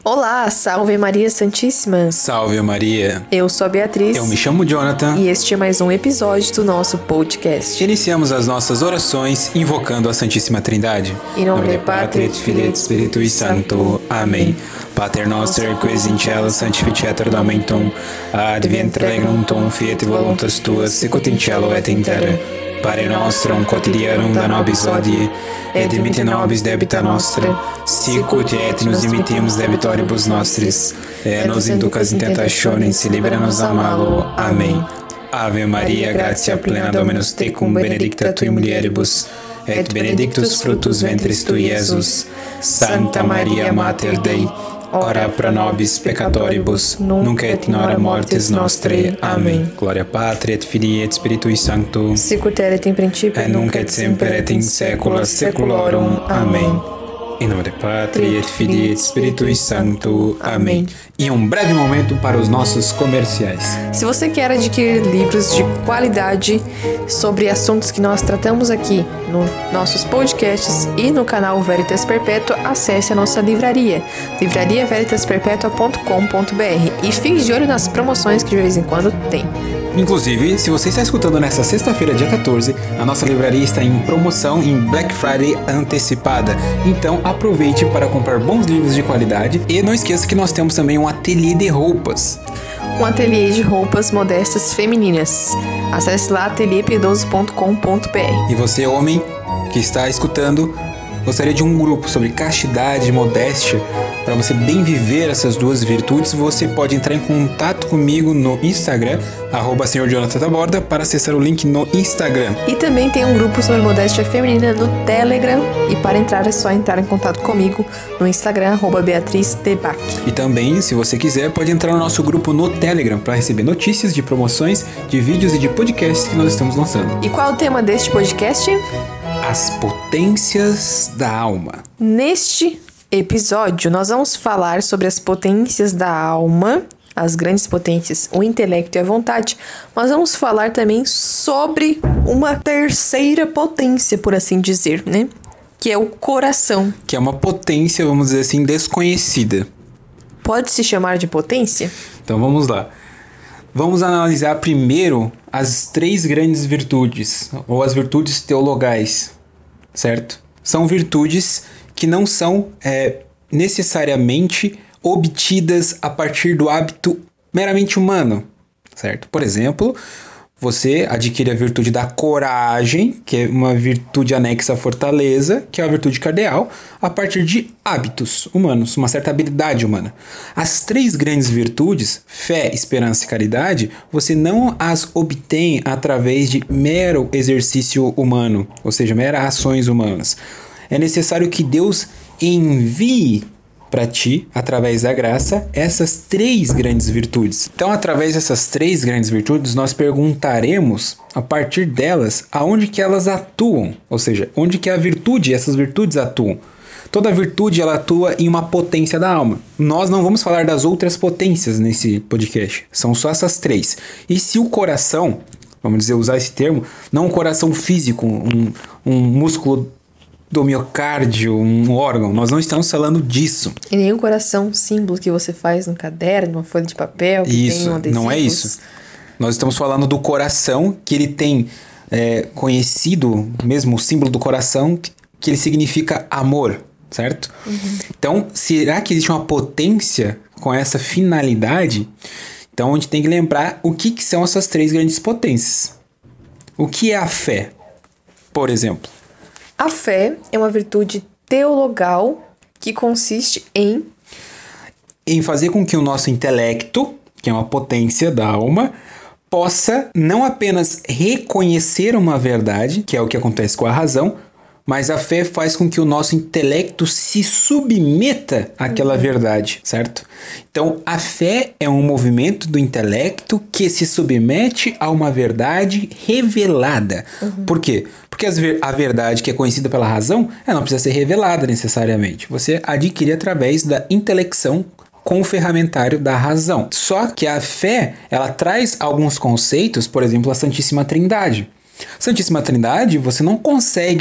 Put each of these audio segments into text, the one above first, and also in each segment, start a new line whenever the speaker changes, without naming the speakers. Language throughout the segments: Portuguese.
Olá, salve Maria Santíssima.
Salve Maria.
Eu sou a Beatriz.
Eu me chamo Jonathan.
E este é mais um episódio do nosso podcast.
Iniciamos as nossas orações invocando a Santíssima Trindade.
Em nome do Patre, et Filii et Spiritui Sancto. Amém.
Pater noster, quies in cielo sanctificetur nomen tuum, adventre regnum tuum, fiat voluntas tua, sicut in cielo et in terra. Pane nostrum quotidianum da nobis hodie, et dimitte nobis debita nostra, sicut et nos dimittimus debitoribus nostris, et nos inducas in tentationes, libera-nos a malo. Amém. Ave Maria, gratia plena Dominus tecum, benedicta tui mulieribus, et benedictus fructus ventris tui, Iesus. Santa Maria, Mater Dei, ora pro nobis peccatoribus, nunc et in hora mortis nostrae. Amém. Gloria Patri et Filii et Spiritui Sancto,
sicut erat in principio,
et nunc et semper et in saecula saeculorum. Amém. Em nome do Patre, et Filii et Spiritui Sancto. Amém. E um breve momento para os nossos comerciais.
Se você quer adquirir livros de qualidade sobre assuntos que nós tratamos aqui nos nossos podcasts e no canal Veritas Perpétua, acesse a nossa livraria, livrariaveritasperpetua.com.br, e fique de olho nas promoções que de vez em quando tem.
Inclusive, se você está escutando nesta sexta-feira, dia 14, a nossa livraria está em promoção em Black Friday antecipada. Então aproveite para comprar bons livros de qualidade e não esqueça que nós temos também um ateliê de roupas.
Um ateliê de roupas modestas femininas. Acesse lá ateliêpiedoso.com.br.
E você, homem, que está escutando, gostaria de um grupo sobre castidade e modéstia para você bem viver essas duas virtudes? Você pode entrar em contato comigo no Instagram, @senhorjonathan_taborda, para acessar o link no Instagram.
E também tem um grupo sobre modéstia feminina no Telegram, e para entrar é só entrar em contato comigo no Instagram, @BeatrizTebac.
E também, se você quiser, pode entrar no nosso grupo no Telegram para receber notícias de promoções, de vídeos e de podcasts que nós estamos lançando.
E qual é o tema deste podcast?
As potências da alma.
Neste episódio, nós vamos falar sobre as potências da alma, as grandes potências, o intelecto e a vontade, mas vamos falar também sobre uma terceira potência, por assim dizer, né? Que é o coração.
Que é uma potência, vamos dizer assim, desconhecida.
Pode se chamar de potência?
Então vamos lá. Vamos analisar primeiro as três grandes virtudes, ou as virtudes teologais, certo? São virtudes que não são necessariamente obtidas a partir do hábito meramente humano, certo? Por exemplo, você adquire a virtude da coragem, que é uma virtude anexa à fortaleza, que é a virtude cardeal, a partir de hábitos humanos, uma certa habilidade humana. As três grandes virtudes, fé, esperança e caridade, você não as obtém através de mero exercício humano, ou seja, meras ações humanas. É necessário que Deus envie para ti, através da graça, essas três grandes virtudes. Então, através dessas três grandes virtudes, nós perguntaremos, a partir delas, aonde que elas atuam, ou seja, onde que a virtude, essas virtudes atuam. Toda virtude, ela atua em uma potência da alma. Nós não vamos falar das outras potências nesse podcast, são só essas três. E se o coração, vamos dizer, usar esse termo, não um coração físico, um músculo do miocárdio, um órgão, nós não estamos falando disso.
E nem o coração, símbolo que você faz no caderno, uma folha de papel, que
isso,
tem um adesivo.
Não é isso. Nós estamos falando do coração, que ele tem conhecido mesmo o símbolo do coração, que ele significa amor, certo? Uhum. Então, será que existe uma potência com essa finalidade? Então, a gente tem que lembrar o que são essas três grandes potências. O que é a fé, por exemplo?
A fé é uma virtude teologal que consiste em
fazer com que o nosso intelecto, que é uma potência da alma, possa não apenas reconhecer uma verdade, que é o que acontece com a razão, mas a fé faz com que o nosso intelecto se submeta àquela verdade, certo? Então, a fé é um movimento do intelecto que se submete a uma verdade revelada. Por quê? Porque a verdade que é conhecida pela razão, ela não precisa ser revelada necessariamente. Você adquire através da intelecção com o ferramentário da razão. Só que a fé, ela traz alguns conceitos, por exemplo, a Santíssima Trindade. Santíssima Trindade, você não consegue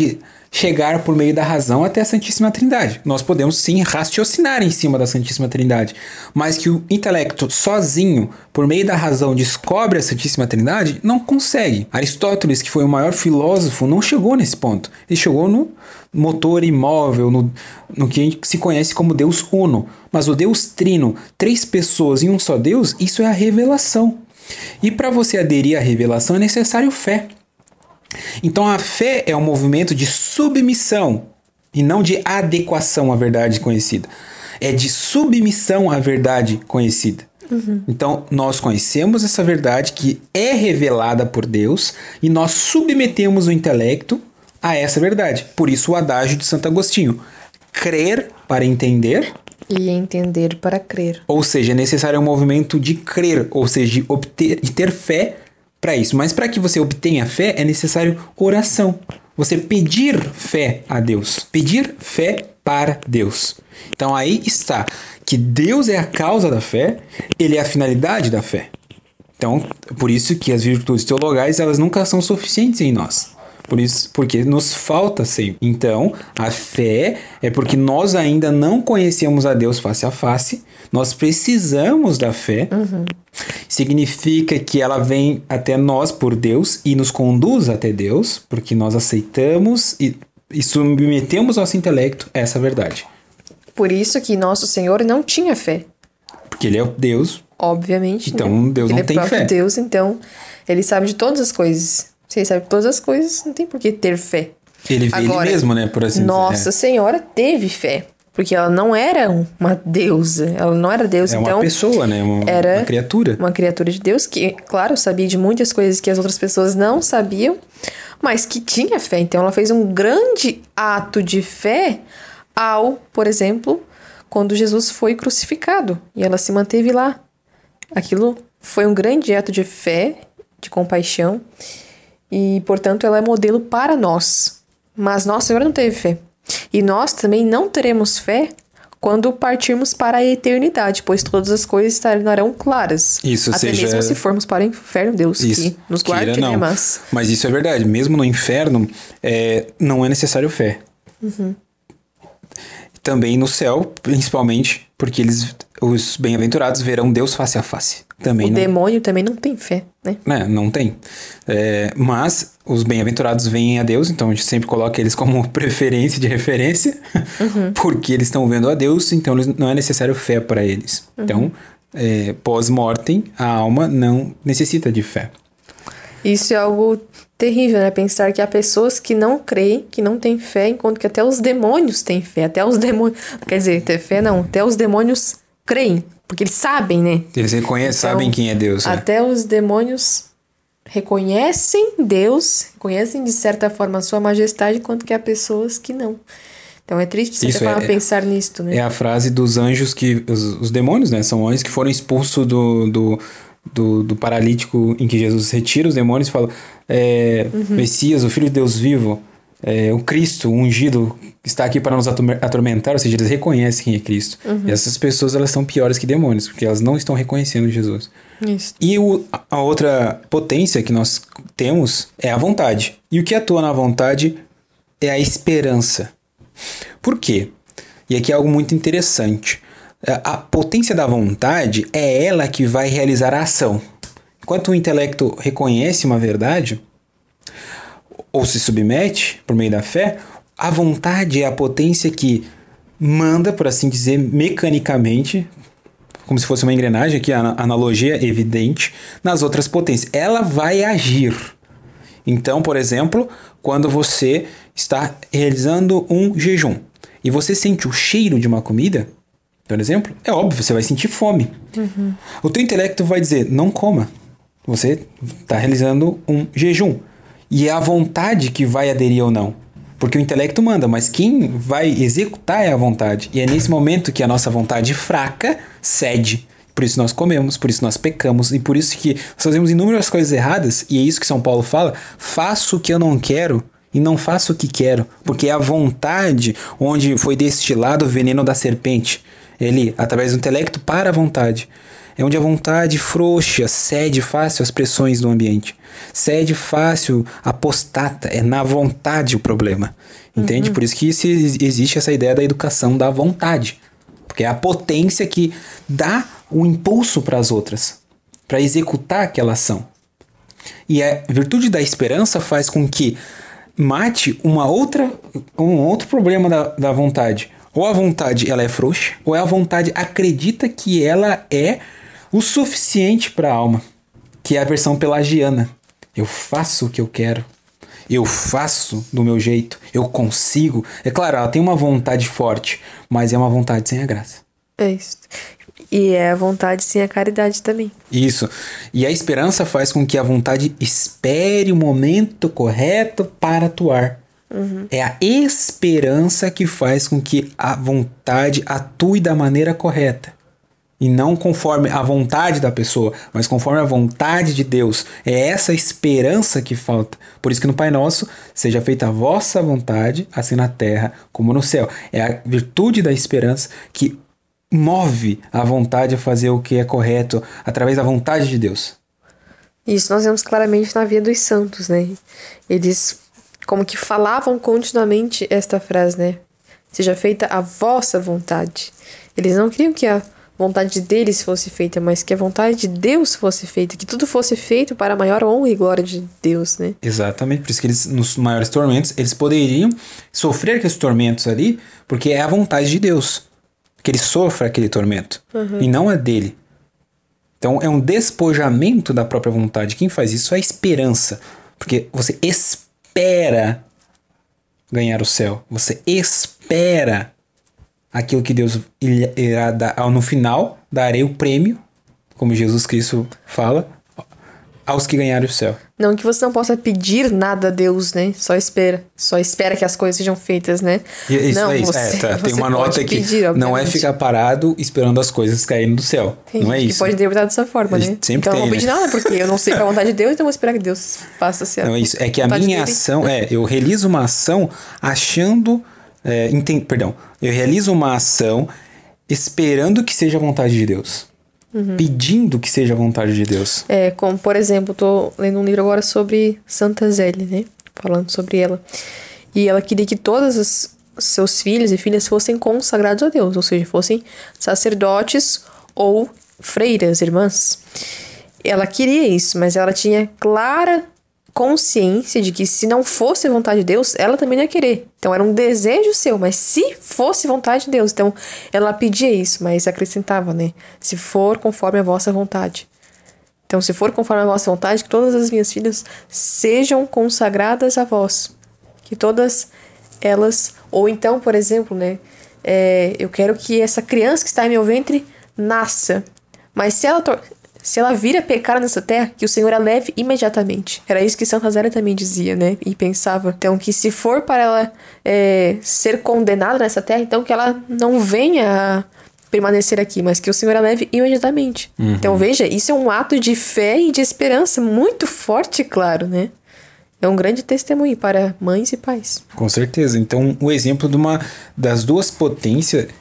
chegar por meio da razão até a Santíssima Trindade. Nós podemos sim raciocinar em cima da Santíssima Trindade, mas que o intelecto sozinho, por meio da razão, descobre a Santíssima Trindade, não consegue. Aristóteles, que foi o maior filósofo, não chegou nesse ponto. Ele chegou no motor imóvel, no que se conhece como Deus Uno. Mas o Deus Trino, 3 pessoas em um só Deus, isso é a revelação. E para você aderir à revelação é necessário fé. Então a fé é um movimento de submissão e não de adequação à verdade conhecida. É de submissão à verdade conhecida. Então nós conhecemos essa verdade que é revelada por Deus e nós submetemos o intelecto a essa verdade. Por isso o adágio de Santo Agostinho: crer para entender
e entender para crer.
Ou seja, é necessário um movimento de crer, ou seja, de ter fé para isso. Mas para que você obtenha fé, é necessário oração. Você pedir fé a Deus. Pedir fé para Deus. Então aí está, que Deus é a causa da fé, Ele é a finalidade da fé. Então, por isso que as virtudes teologais, elas nunca são suficientes em nós. Por isso, porque nos falta sempre. Então, a fé é porque nós ainda não conhecemos a Deus face a face. Nós precisamos da fé. Significa que ela vem até nós por Deus e nos conduz até Deus, porque nós aceitamos e submetemos nosso intelecto a essa verdade.
Por isso que nosso Senhor não tinha fé.
Porque Ele é o Deus.
Obviamente.
Então,
né?
Deus não tem fé.
Ele é Deus, então Ele sabe de todas as coisas. Se Ele sabe de todas as coisas, não tem por que ter fé.
Ele vê Ele mesmo, né? Por assim dizer.
Nossa Senhora teve fé. Porque ela não era uma deusa. Ela não era Deus, então...
É uma pessoa, né? Uma criatura.
Uma criatura de Deus que, claro, sabia de muitas coisas que as outras pessoas não sabiam, mas que tinha fé. Então ela fez um grande ato de fé ao, por exemplo, quando Jesus foi crucificado. E ela se manteve lá. Aquilo foi um grande ato de fé, de compaixão. E, portanto, ela é modelo para nós. Mas Nossa Senhora não teve fé. E nós também não teremos fé quando partirmos para a eternidade, pois todas as coisas estarão claras.
Isso,
até mesmo se formos para o inferno, Deus que nos guarde, né?
Mas isso é verdade. Mesmo no inferno, não é necessário fé. Também no céu, principalmente, porque os bem-aventurados verão Deus face a face. Também
demônio também não tem fé, né?
Não tem. Mas os bem-aventurados veem a Deus, então a gente sempre coloca eles como preferência de referência, porque eles estão vendo a Deus, então não é necessário fé para eles. Então, pós-mortem, a alma não necessita de fé.
Isso é algo terrível, né? Pensar que há pessoas que não creem, que não têm fé, enquanto que até os demônios têm fé. Até os demônios... Quer dizer, ter fé não. Até os demônios creem. Porque eles sabem, né?
Eles reconhecem, então, sabem quem é Deus.
Até os demônios reconhecem Deus, reconhecem de certa forma a sua majestade, enquanto que há pessoas que não. Então é triste de certa forma pensar nisto, né?
É a frase dos anjos que... Os demônios, né? São anjos que foram expulsos do paralítico em que Jesus retira os demônios e fala: Messias, o Filho de Deus vivo, o Cristo, o ungido, está aqui para nos atormentar. Ou seja, eles reconhecem quem é Cristo. E essas pessoas, elas são piores que demônios, porque elas não estão reconhecendo Jesus.
Isso.
E a outra potência que nós temos é a vontade. E o que atua na vontade é a esperança. Por quê? E aqui é algo muito interessante. A potência da vontade é ela que vai realizar a ação. Enquanto o intelecto reconhece uma verdade, ou se submete por meio da fé, a vontade é a potência que manda, por assim dizer, mecanicamente, como se fosse uma engrenagem, aqui a analogia é evidente, nas outras potências. Ela vai agir. Então, por exemplo, quando você está realizando um jejum e você sente o cheiro de uma comida, por exemplo, é óbvio, você vai sentir fome. O teu intelecto vai dizer: não coma. Você está realizando um jejum. E é a vontade que vai aderir ou não. Porque o intelecto manda, mas quem vai executar é a vontade. E é nesse momento que a nossa vontade fraca cede. Por isso nós comemos, por isso nós pecamos. E por isso que nós fazemos inúmeras coisas erradas. E é isso que São Paulo fala: faço o que eu não quero e não faço o que quero. Porque é a vontade onde foi destilado o veneno da serpente. Ele, através do intelecto, para a vontade. é onde a vontade frouxa cede fácil às pressões do ambiente. Cede fácil, apostata, é na vontade o problema. Entende? Por isso que existe essa ideia da educação da vontade. Porque é a potência que dá o impulso para as outras, para executar aquela ação. E a virtude da esperança faz com que mate um outro problema da vontade. Ou a vontade ela é frouxa, ou a vontade acredita que ela é o suficiente para a alma, que é a versão pelagiana. Eu faço o que eu quero, eu faço do meu jeito, eu consigo. É claro, ela tem uma vontade forte, mas é uma vontade sem a graça.
É isso. E é a vontade sem a caridade também.
Isso. E a esperança faz com que a vontade espere o momento correto para atuar. É a esperança que faz com que a vontade atue da maneira correta. E não conforme a vontade da pessoa, mas conforme a vontade de Deus. É essa esperança que falta. Por isso que no Pai Nosso, seja feita a vossa vontade, assim na terra como no céu. É a virtude da esperança que move a vontade a fazer o que é correto através da vontade de Deus.
Isso nós vemos claramente na vida dos santos, né? Eles como que falavam continuamente esta frase, né? Seja feita a vossa vontade. Eles não queriam que a vontade deles fosse feita, mas que a vontade de Deus fosse feita, que tudo fosse feito para a maior honra e glória de Deus, né?
Exatamente, por isso que eles, nos maiores tormentos, eles poderiam sofrer aqueles tormentos ali, porque é a vontade de Deus que ele sofra aquele tormento, e não é dele. Então é um despojamento da própria vontade. Quem faz isso é a esperança, porque você espera ganhar o céu, você espera aquilo que Deus irá dar. No final, darei o prêmio, como Jesus Cristo fala, aos que ganharem o céu.
Não que você não possa pedir nada a Deus, né? Só espera que as coisas sejam feitas, né?
Isso,
não,
é isso. Tem uma nota aqui. Não é ficar parado esperando as coisas caírem do céu.
Tem
não é isso.
Que pode interpretar dessa forma, né?
Sempre
então
tem,
eu não vou pedir nada, porque eu não sei qual é a vontade de Deus, então eu vou esperar que Deus faça assim.
Não é isso. É que a minha ação eu realizo uma ação achando... eu realizo uma ação esperando que seja a vontade de Deus. Pedindo que seja a vontade de Deus.
Como, por exemplo, tô lendo um livro agora sobre Santa Zélia, né? Falando sobre ela. E ela queria que todos os seus filhos e filhas fossem consagrados a Deus, ou seja, fossem sacerdotes ou freiras, irmãs. Ela queria isso, mas ela tinha clara consciência de que se não fosse a vontade de Deus, ela também não ia querer. Então era um desejo seu, mas se fosse vontade de Deus, então ela pedia isso, mas acrescentava, né? Se for conforme a vossa vontade. Então, se for conforme a vossa vontade, que todas as minhas filhas sejam consagradas a vós. Que todas elas... Ou então, por exemplo, né? Eu quero que essa criança que está em meu ventre nasça. Mas se ela vir a pecar nessa terra, que o Senhor a leve imediatamente. Era isso que Santa Zélia também dizia, né? E pensava. Então, que se for para ela ser condenada nessa terra, então que ela não venha a permanecer aqui, mas que o Senhor a leve imediatamente. Então, veja, isso é um ato de fé e de esperança muito forte, claro, né? É um grande testemunho para mães e pais.
Com certeza. Então, o exemplo de das duas potências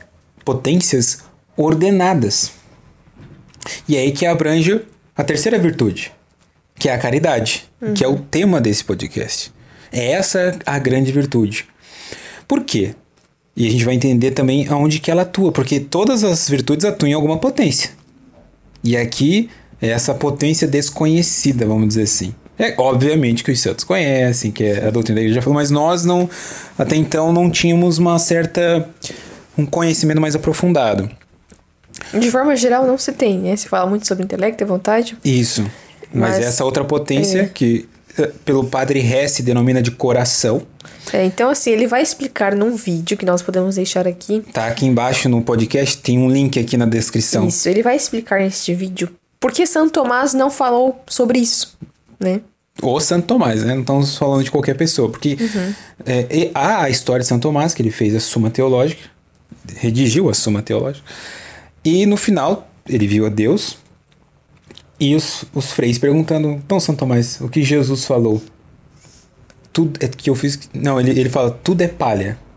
ordenadas. E é aí que abrange a terceira virtude, que é a caridade, que é o tema desse podcast. É essa a grande virtude. Por quê? E a gente vai entender também aonde que ela atua, porque todas as virtudes atuam em alguma potência. E aqui é essa potência desconhecida, vamos dizer assim. Obviamente que os santos conhecem, que a doutrina da igreja já falou, mas nós até então não tínhamos um conhecimento mais aprofundado.
De forma geral, não se tem, né? Se fala muito sobre intelecto e vontade.
Isso. Mas essa outra potência que pelo padre Hess se denomina de coração.
Então, assim, ele vai explicar num vídeo que nós podemos deixar aqui.
Tá aqui embaixo no podcast, tem um link aqui na descrição.
Isso, ele vai explicar neste vídeo por que Santo Tomás não falou sobre isso, né?
Ou Santo Tomás, né? Não estamos falando de qualquer pessoa. Porque há a história de Santo Tomás, que ele fez a Suma Teológica, redigiu a Suma Teológica. E no final, ele viu a Deus e os freis perguntando: então, Santo Tomás, o que Jesus falou? Tudo é que eu fiz. Não, ele fala: tudo é palha.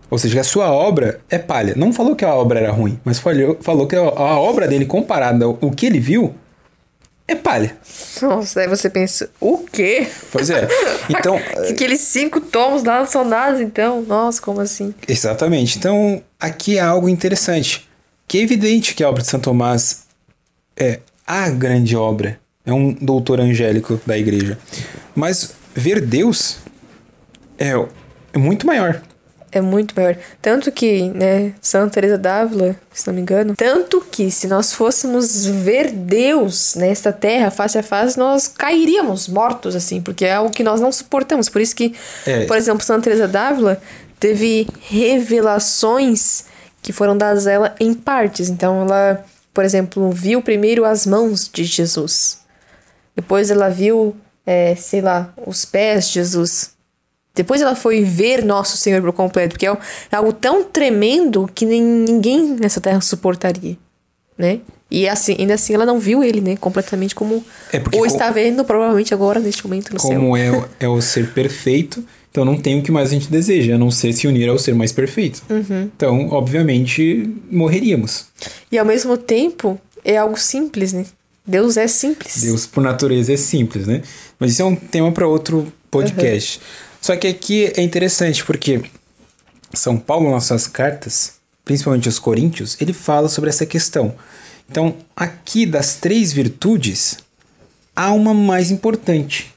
Ou seja, a sua obra é palha. Não falou que a obra era ruim, mas falou que a obra dele, comparada ao que ele viu, é palha.
Nossa, aí você pensa, o quê?
Pois é. Então,
aqueles 5 tomos lá não são nada, então. Nossa, como assim?
Exatamente. Então, aqui é algo interessante. Que é evidente que a obra de Santo Tomás é a grande obra. É um doutor angélico da igreja. Mas ver Deus é muito maior.
É muito maior. Tanto que, né, Santa Teresa d'Ávila, se não me engano, tanto que se nós fôssemos ver Deus nesta terra, face a face, nós cairíamos mortos, assim, porque é algo que nós não suportamos. Por isso que, por exemplo, Santa Teresa d'Ávila teve revelações que foram dadas a ela em partes. Então, ela, por exemplo, viu primeiro as mãos de Jesus. Depois ela viu, os pés de Jesus. Depois ela foi ver Nosso Senhor por completo, porque é algo tão tremendo que ninguém nessa terra suportaria, né? E assim, ainda assim ela não viu ele, né? Completamente como... está vendo, provavelmente, agora, neste momento, no céu.
Como é o ser perfeito, então não tem o que mais a gente deseja, a não ser se unir ao ser mais perfeito.
Uhum.
Então, obviamente, morreríamos.
E ao mesmo tempo, é algo simples, né? Deus é simples.
Deus, por natureza, é simples, né? Mas isso é um tema para outro podcast. Só que aqui é interessante porque São Paulo, nas suas cartas, principalmente aos Coríntios, ele fala sobre essa questão. Então, aqui das 3 virtudes, há uma mais importante.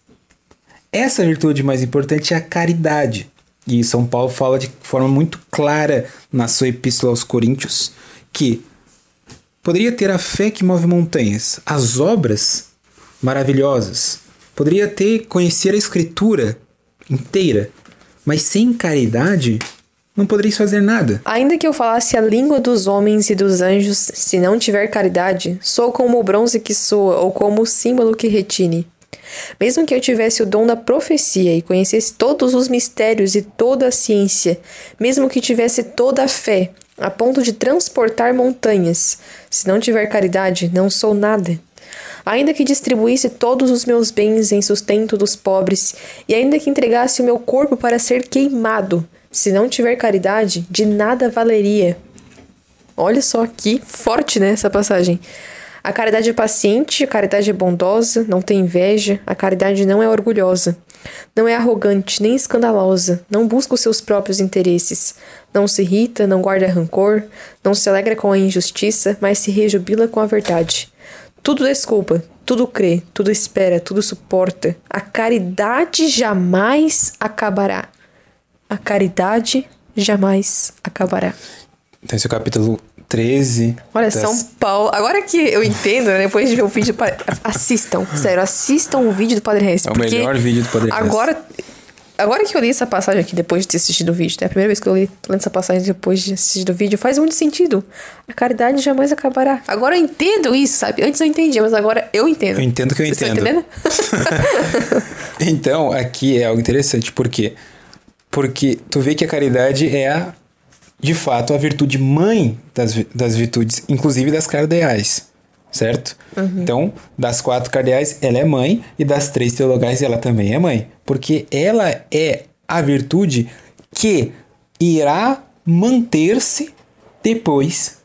Essa virtude mais importante é a caridade. E São Paulo fala de forma muito clara na sua epístola aos Coríntios que poderia ter a fé que move montanhas, as obras maravilhosas, poderia conhecer a Escritura inteira, mas sem caridade não podereis fazer nada.
Ainda que eu falasse a língua dos homens e dos anjos, se não tiver caridade, sou como o bronze que soa ou como o símbolo que retine. Mesmo que eu tivesse o dom da profecia e conhecesse todos os mistérios e toda a ciência, mesmo que tivesse toda a fé, a ponto de transportar montanhas, se não tiver caridade, não sou nada. Ainda que distribuísse todos os meus bens em sustento dos pobres, e ainda que entregasse o meu corpo para ser queimado, se não tiver caridade, de nada valeria. Olha só que forte, né, essa passagem. A caridade é paciente, a caridade é bondosa, não tem inveja, a caridade não é orgulhosa, não é arrogante, nem escandalosa, não busca os seus próprios interesses, não se irrita, não guarda rancor, não se alegra com a injustiça, mas se rejubila com a verdade. Tudo desculpa, tudo crê, tudo espera, tudo suporta. A caridade jamais acabará. A caridade jamais acabará.
Então esse é o capítulo 13.
Olha, São Paulo. Agora que eu entendo, né, depois de ver o vídeo, assistam, sério, assistam o vídeo do Padre Hess.
É o melhor vídeo do Padre Hess.
Agora que eu li essa passagem aqui, depois de ter assistido o vídeo, né? A primeira vez que eu li essa passagem depois de assistir o vídeo, faz muito sentido. A caridade jamais acabará. Agora eu entendo isso, sabe? Antes eu entendia, mas agora eu entendo.
Eu entendo que eu entendo.
Você tá entendendo?
Então, aqui é algo interessante. Por quê? Porque tu vê que a caridade é, de fato, a virtude mãe das virtudes, inclusive das cardeais. Certo?
Uhum.
Então, das 4 cardeais, ela é mãe, e das 3 teologais, ela também é mãe. Porque ela é a virtude que irá manter-se depois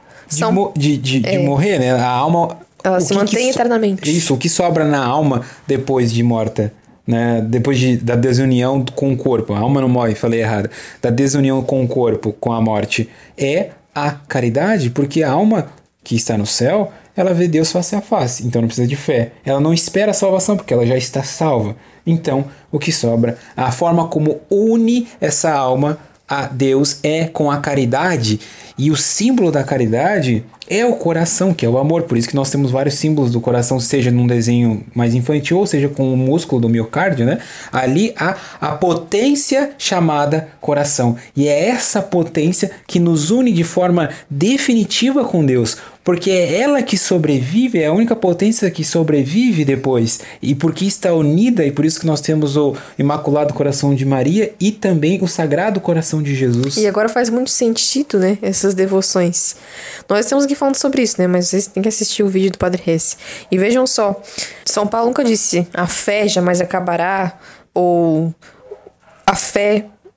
de morrer, né? A alma...
Ela se mantém eternamente.
Isso, o que sobra na alma depois de morta, né? Depois da desunião com o corpo. A alma não morre, falei errado. Da desunião com o corpo, com a morte, é a caridade, porque a alma que está no céu, ela vê Deus face a face, então não precisa de fé. Ela não espera a salvação, porque ela já está salva. Então, o que sobra, a forma como une essa alma a Deus é com a caridade, e o símbolo da caridade é o coração, que é o amor. Por isso que nós temos vários símbolos do coração, seja num desenho mais infantil, ou seja com o músculo do miocárdio, né? Ali há a potência chamada coração. E é essa potência que nos une de forma definitiva com Deus, porque é ela que sobrevive, é a única potência que sobrevive depois. E porque está unida, e por isso que nós temos o Imaculado Coração de Maria e também o Sagrado Coração de Jesus.
E agora faz muito sentido, né? Essas devoções. Nós temos que falar sobre isso, né? Mas vocês têm que assistir o vídeo do Padre Hess. E vejam só, São Paulo nunca disse a fé jamais acabará, ou a fé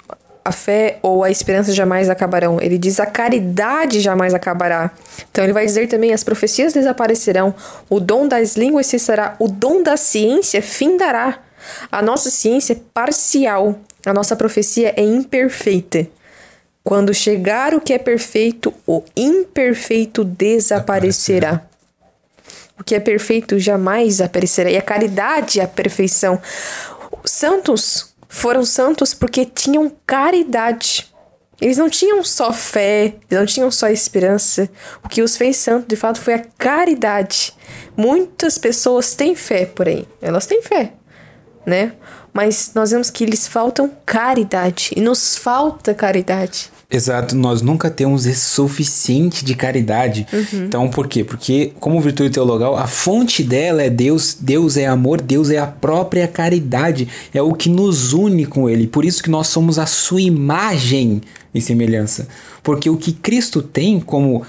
a fé ou a esperança jamais acabarão. Ele diz a caridade jamais acabará. Então ele vai dizer também as profecias desaparecerão, o dom das línguas cessará, o dom da ciência findará. A nossa ciência é parcial, a nossa profecia é imperfeita. Quando chegar o que é perfeito, o imperfeito desaparecerá. O que é perfeito jamais aparecerá. E a caridade é a perfeição. Os santos foram santos porque tinham caridade. Eles não tinham só fé, eles não tinham só esperança. O que os fez santos, de fato, foi a caridade. Muitas pessoas têm fé, porém. Elas têm fé, né? Mas nós vemos que lhes faltam caridade. E nos falta caridade.
Exato, nós nunca temos esse suficiente de caridade. Então, por quê? Porque, como virtude teologal, a fonte dela é Deus, Deus é amor, Deus é a própria caridade, é o que nos une com Ele. Por isso que nós somos a sua imagem e semelhança. Porque o que Cristo tem como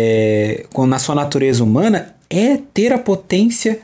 na sua natureza humana é ter a potência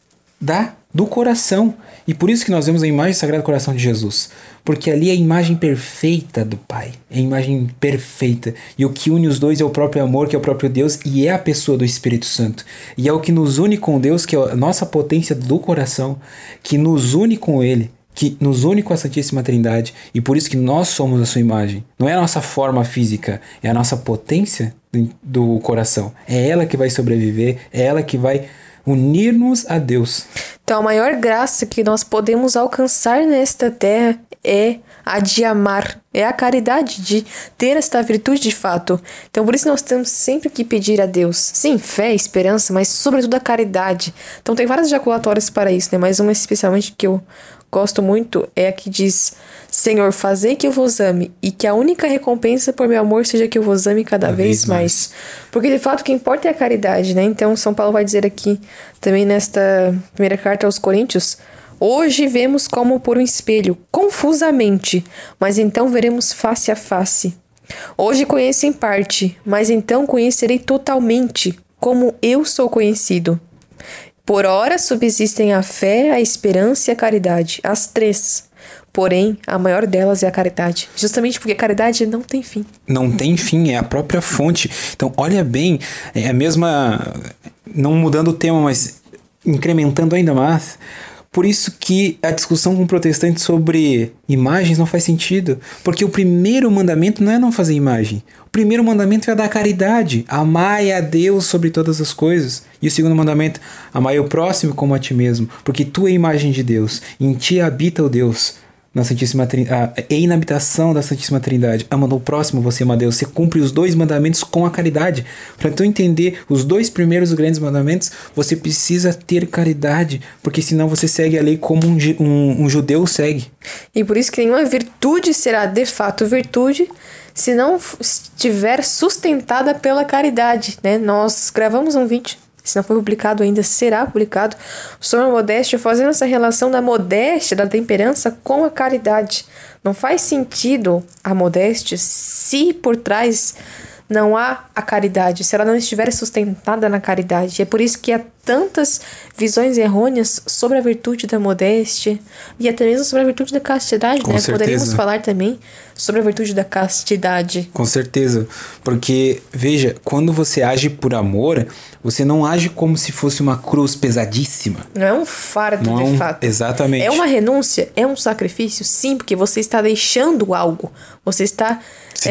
do coração. E por isso que nós vemos a imagem do Sagrado Coração de Jesus. Porque ali é a imagem perfeita do Pai. É a imagem perfeita. E o que une os dois é o próprio amor, que é o próprio Deus, e é a pessoa do Espírito Santo. E é o que nos une com Deus, que é a nossa potência do coração, que nos une com Ele, que nos une com a Santíssima Trindade. E por isso que nós somos a sua imagem. Não é a nossa forma física, é a nossa potência do coração. É ela que vai sobreviver, é ela que vai unir-nos a Deus.
Então, a maior graça que nós podemos alcançar nesta terra é a de amar, é a caridade, de ter esta virtude de fato. Então, por isso nós temos sempre que pedir a Deus, sim, fé, esperança, mas sobretudo a caridade. Então, tem várias ejaculatórias para isso, né? Mas uma especialmente que eu gosto muito é a que diz: Senhor, fazei que eu vos ame, e que a única recompensa por meu amor seja que eu vos ame cada vez mais. Porque de fato o que importa é a caridade, né? Então São Paulo vai dizer aqui, também nesta primeira carta aos Coríntios: hoje vemos como por um espelho, confusamente, mas então veremos face a face. Hoje conheço em parte, mas então conhecerei totalmente, como eu sou conhecido. Por ora subsistem a fé, a esperança e a caridade, as três. Porém, a maior delas é a caridade. Justamente porque a caridade não tem fim.
Não tem fim, é a própria fonte. Então, olha bem, é a mesma... Não mudando o tema, mas incrementando ainda mais. Por isso que a discussão com protestantes sobre imagens não faz sentido. Porque o primeiro mandamento não é não fazer imagem. O primeiro mandamento é da caridade. Amai a Deus sobre todas as coisas. E o segundo mandamento, amai o próximo como a ti mesmo. Porque tu é a imagem de Deus. Em ti habita o Deus. Na Santíssima Trindade, e na habitação da Santíssima Trindade, amando o próximo, você ama a Deus. Você cumpre os dois mandamentos com a caridade. Para tu entender os dois primeiros grandes mandamentos, você precisa ter caridade, porque senão você segue a lei como um judeu segue.
E por isso que nenhuma virtude será de fato virtude se não estiver sustentada pela caridade, né? Nós gravamos um vídeo, se não foi publicado ainda, será publicado, sobre a modéstia, fazendo essa relação da modéstia, da temperança com a caridade. Não faz sentido a modéstia se por trás não há a caridade, se ela não estiver sustentada na caridade. É por isso que há tantas visões errôneas sobre a virtude da modéstia e até mesmo sobre a virtude da castidade,
Com
né?
certeza.
Poderíamos falar também sobre a virtude da castidade.
Com certeza, porque, veja, quando você age por amor, você não age como se fosse uma cruz pesadíssima.
Não é um fardo, de fato.
Exatamente.
É uma renúncia, é um sacrifício, sim, porque você está deixando algo. Você está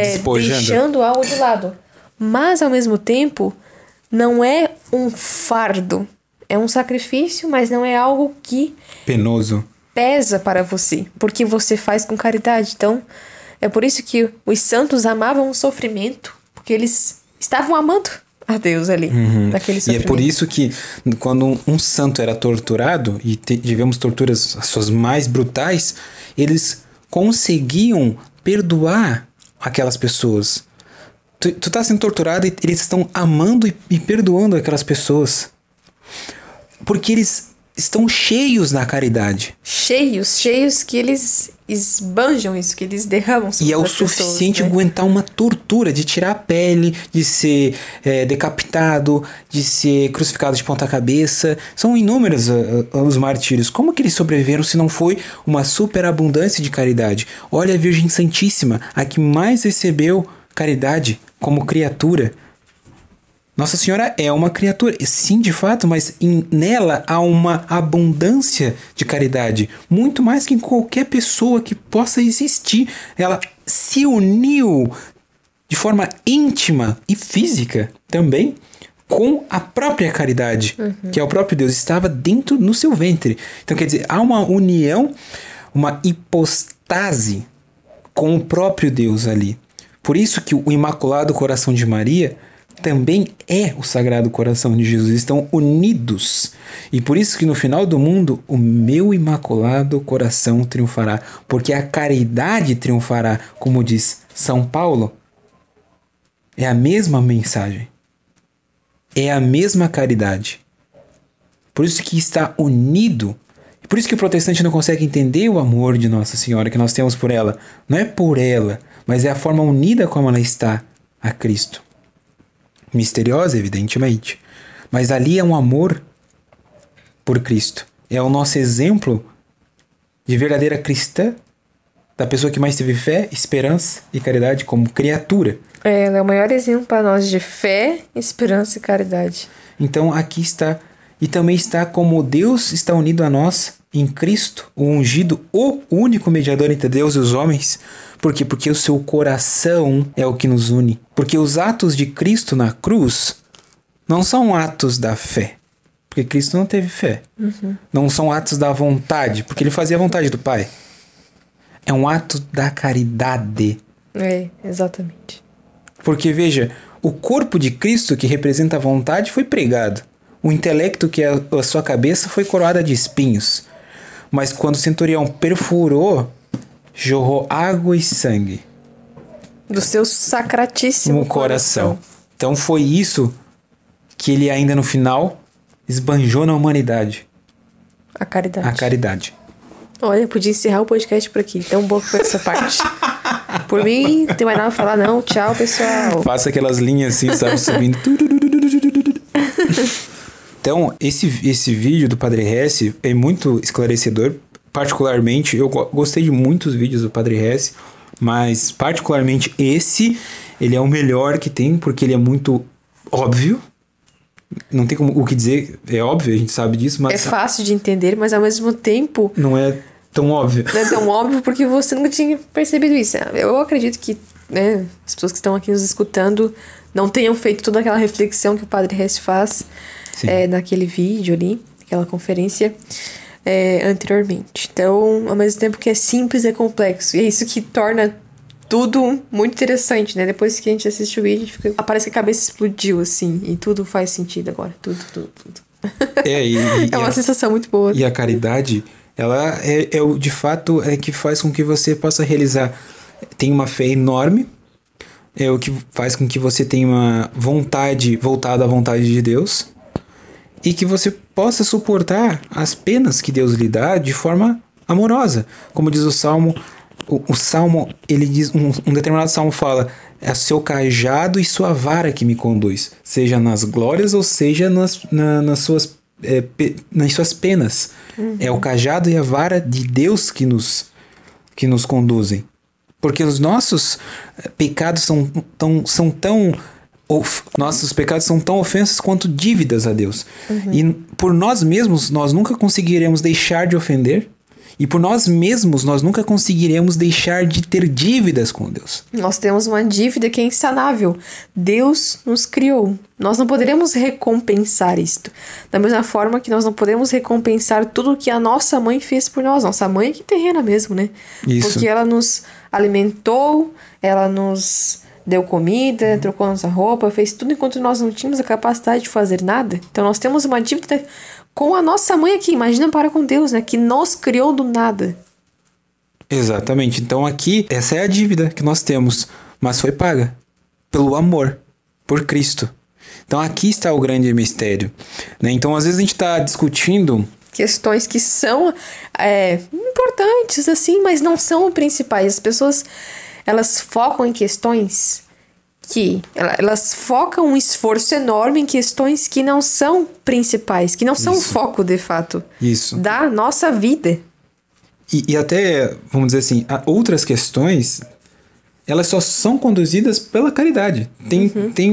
deixando algo de lado. Mas, ao mesmo tempo, não é um fardo. É um sacrifício, mas não é algo que
penoso
pesa para você, porque você faz com caridade. Então, é por isso que os santos amavam o sofrimento, porque eles estavam amando a Deus ali, naquele sofrimento.
E é por isso que quando um santo era torturado, e tivemos torturas as suas mais brutais, eles conseguiam perdoar aquelas pessoas. Tu tá sendo torturado e eles estão amando e perdoando aquelas pessoas. Porque eles estão cheios da caridade.
Cheios que eles esbanjam isso, que eles derramam sobre
E é o
as pessoas,
suficiente
né?
aguentar uma tortura de tirar a pele, de ser decapitado, de ser crucificado de ponta cabeça. São inúmeros os martírios. Como que eles sobreviveram se não foi uma superabundância de caridade? Olha a Virgem Santíssima, a que mais recebeu caridade como criatura. Nossa Senhora é uma criatura, sim, de fato, mas nela há uma abundância de caridade, muito mais que em qualquer pessoa que possa existir. Ela se uniu de forma íntima e física também com a própria caridade, que é o próprio Deus, estava dentro no seu ventre. Então, quer dizer, há uma união, uma hipostase com o próprio Deus ali. Por isso que o Imaculado Coração de Maria também é o Sagrado Coração de Jesus. Estão unidos. E por isso que no final do mundo, o meu Imaculado Coração triunfará. Porque a caridade triunfará, como diz São Paulo. É a mesma mensagem. É a mesma caridade. Por isso que está unido. Por isso que o protestante não consegue entender o amor de Nossa Senhora que nós temos por ela. Não é por ela, mas é a forma unida como ela está a Cristo. Misteriosa, evidentemente, mas ali é um amor por Cristo. É o nosso exemplo de verdadeira cristã, da pessoa que mais teve fé, esperança e caridade como criatura.
Ela é o maior exemplo para nós de fé, esperança e caridade.
Então aqui está, e também está como Deus está unido a nós em Cristo, o ungido, o único mediador entre Deus e os homens. Por quê? Porque o seu coração é o que nos une. Porque os atos de Cristo na cruz não são atos da fé. Porque Cristo não teve fé. Não são atos da vontade, porque ele fazia a vontade do Pai. É um ato da caridade.
É, exatamente.
Porque, veja, o corpo de Cristo, que representa a vontade, foi pregado. O intelecto, que é a sua cabeça, foi coroada de espinhos. Mas quando o centurião perfurou, jorrou água e sangue
Do seu sacratíssimo coração.
Então foi isso que ele ainda no final esbanjou na humanidade.
A caridade.
A caridade.
Olha, podia encerrar o podcast por aqui. Tão bom que foi essa parte. Por mim, não tem mais nada a falar não. Tchau, pessoal.
Faça aquelas linhas assim, sabe, subindo. Então, esse vídeo do Padre Hess é muito esclarecedor. Particularmente, eu gostei de muitos vídeos do Padre Hess, mas particularmente esse, ele é o melhor que tem, porque ele é muito óbvio. Não tem o que dizer, é óbvio, a gente sabe disso, mas...
É fácil de entender, mas ao mesmo tempo...
Não é tão óbvio.
Não é tão óbvio porque você nunca tinha percebido isso. Eu acredito que, né, as pessoas que estão aqui nos escutando não tenham feito toda aquela reflexão que o Padre Hess faz naquele vídeo ali, aquela conferência anteriormente. Então, ao mesmo tempo que é simples, é complexo. E é isso que torna tudo muito interessante, né? Depois que a gente assiste o vídeo, parece que a cabeça explodiu, assim, e tudo faz sentido agora. Tudo. É uma sensação muito boa.
E a caridade, ela de fato é que faz com que você possa realizar. Tem uma fé enorme, é o que faz com que você tenha uma vontade voltada à vontade de Deus e que você possa suportar as penas que Deus lhe dá de forma amorosa. Como diz o Salmo, o Salmo, ele diz, um determinado Salmo fala: é seu cajado e sua vara que me conduz, seja nas glórias ou seja nas suas penas. É o cajado e a vara de Deus que nos conduzem. Porque os nossos pecados nossos pecados são tão ofensas quanto dívidas a Deus. E por nós mesmos, nós nunca conseguiremos deixar de ofender. E por nós mesmos, nós nunca conseguiremos deixar de ter dívidas com Deus.
Nós temos uma dívida que é insanável. Deus nos criou. Nós não poderemos recompensar isto. Da mesma forma que nós não podemos recompensar tudo que a nossa mãe fez por nós. Nossa mãe é que terrena mesmo, né?
Isso.
Porque ela nos alimentou, ela nos deu comida, trocou nossa roupa, fez tudo enquanto nós não tínhamos a capacidade de fazer nada. Então nós temos uma dívida com a nossa mãe aqui. Imagina para com Deus, né? Que nos criou do nada.
Exatamente. Então aqui, essa é a dívida que nós temos, mas foi paga pelo amor, por Cristo. Então aqui está o grande mistério, né? Então às vezes a gente está discutindo
questões que são importantes, assim, mas não são principais. As pessoas, elas focam em questões que... Elas focam um esforço enorme em questões que não são principais, que não são o foco, de fato, da nossa vida.
E até, vamos dizer assim, outras questões, elas só são conduzidas pela caridade. Tem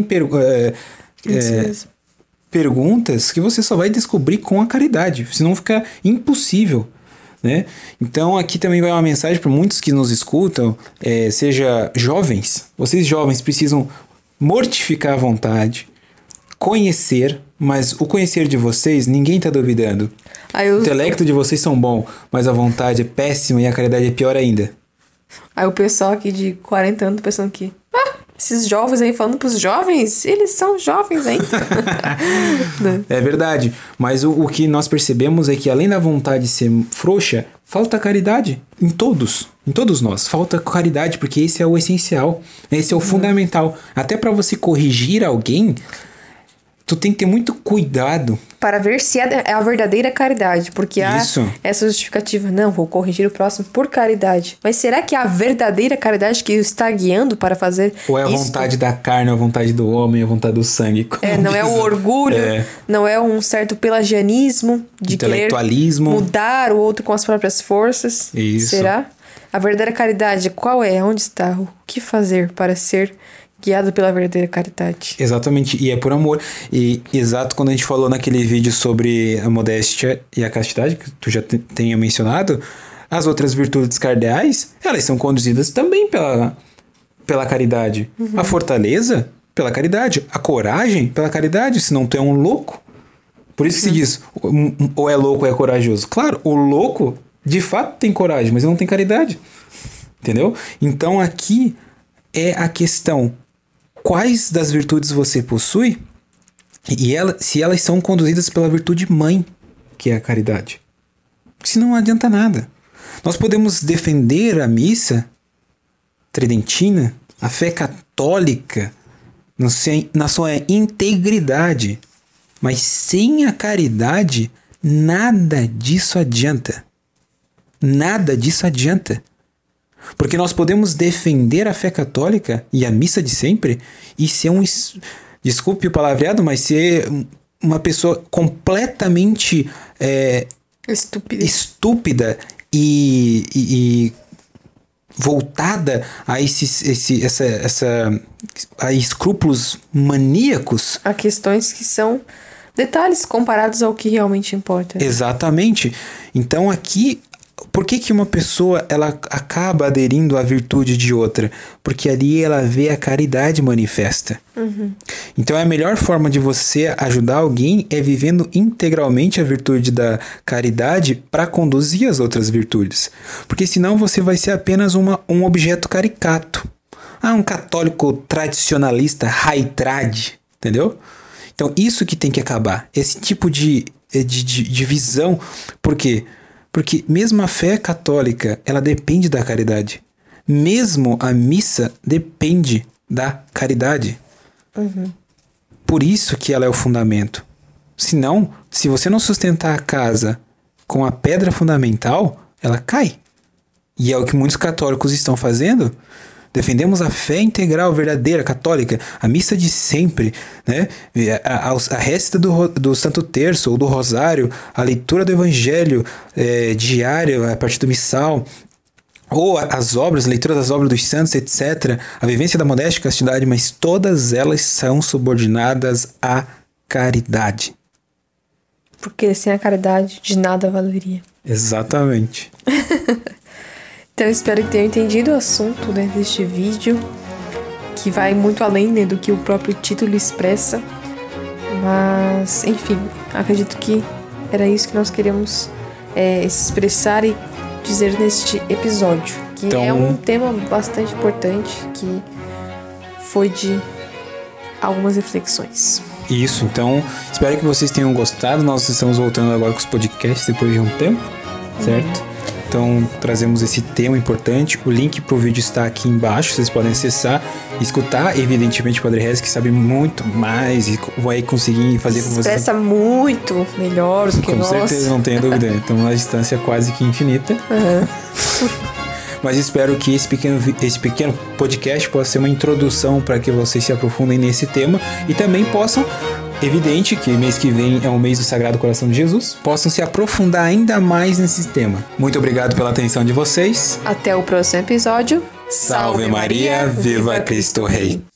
perguntas que você só vai descobrir com a caridade, senão fica impossível, né? Então aqui também vai uma mensagem para muitos que nos escutam, seja jovens. Vocês jovens precisam mortificar a vontade, conhecer, mas o conhecer de vocês, ninguém está duvidando. O intelecto de vocês são bom, mas a vontade é péssima e a caridade é pior ainda.
Aí o pessoal aqui de 40 anos pensando que... esses jovens aí falando pros jovens, eles são jovens ainda.
É verdade. Mas o que nós percebemos é que além da vontade ser frouxa, falta caridade em todos nós. Falta caridade, porque esse é o essencial. Esse é o fundamental. Até para você corrigir alguém, tu tem que ter muito cuidado. Para
ver se é a verdadeira caridade. Porque há essa justificativa. Não, vou corrigir o próximo por caridade. Mas será que é a verdadeira caridade que o está guiando para fazer isso?
Ou é a vontade da carne, a vontade do homem, a vontade do sangue?
Não é o orgulho, não é um certo pelagianismo de
intelectualismo,
querer mudar o outro com as próprias forças.
Isso.
Será? A verdadeira caridade, qual é? Onde está? O que fazer para ser guiado pela verdadeira caridade?
Exatamente, e é por amor. E exato quando a gente falou naquele vídeo sobre a modéstia e a castidade, que tu já tenha mencionado, as outras virtudes cardeais, elas são conduzidas também pela caridade. A fortaleza, pela caridade. A coragem, pela caridade, senão tu é um louco. Por isso que se diz, ou é louco ou é corajoso. Claro, o louco, de fato, tem coragem, mas não tem caridade. Entendeu? Então aqui é a questão: quais das virtudes você possui e se elas são conduzidas pela virtude mãe, que é a caridade. Senão não adianta nada. Nós podemos defender a missa tridentina, a fé católica, na sua integridade, mas sem a caridade, nada disso adianta. Nada disso adianta. Porque nós podemos defender a fé católica e a missa de sempre e ser desculpe o palavreado, mas ser uma pessoa completamente estúpida e voltada a a escrúpulos maníacos.
A questões que são detalhes comparados ao que realmente importa.
Exatamente. Então aqui... Por que uma pessoa ela acaba aderindo à virtude de outra? Porque ali ela vê a caridade manifesta. Então a melhor forma de você ajudar alguém é vivendo integralmente a virtude da caridade para conduzir as outras virtudes. Porque senão você vai ser apenas um objeto caricato. Um católico tradicionalista, high-trad, entendeu? Então isso que tem que acabar. Esse tipo de visão. Por quê? Porque mesmo a fé católica, ela depende da caridade. Mesmo a missa depende da caridade. Por isso que ela é o fundamento. Senão, se você não sustentar a casa com a pedra fundamental, ela cai. E é o que muitos católicos estão fazendo. Defendemos a fé integral, verdadeira, católica, a missa de sempre, né? A récita do Santo Terço ou do Rosário, a leitura do Evangelho diária, a partir do missal, ou as obras, a leitura das obras dos santos, etc. A vivência da modéstia e castidade, mas todas elas são subordinadas à caridade.
Porque sem a caridade, de nada valeria.
Exatamente.
Então, espero que tenham entendido o assunto deste vídeo, que vai muito além do que o próprio título expressa. Mas, enfim, acredito que era isso que nós queríamos expressar e dizer neste episódio. Que é um tema bastante importante, que foi de algumas reflexões.
Isso, então, espero que vocês tenham gostado. Nós estamos voltando agora com os podcasts depois de um tempo, certo? Então então trazemos esse tema importante. O link pro vídeo está aqui embaixo, vocês podem acessar e escutar. Evidentemente, o Padre Rez, que sabe muito mais e vai conseguir fazer com vocês.
Expressa muito melhor do que nós.
Com certeza, não tenha dúvida. Estamos numa distância quase que infinita. Mas espero que esse pequeno podcast possa ser uma introdução para que vocês se aprofundem nesse tema e também possam, evidente que mês que vem é o mês do Sagrado Coração de Jesus, possam se aprofundar ainda mais nesse tema. Muito obrigado pela atenção de vocês.
Até o próximo episódio.
Salve Maria, viva Cristo Rei!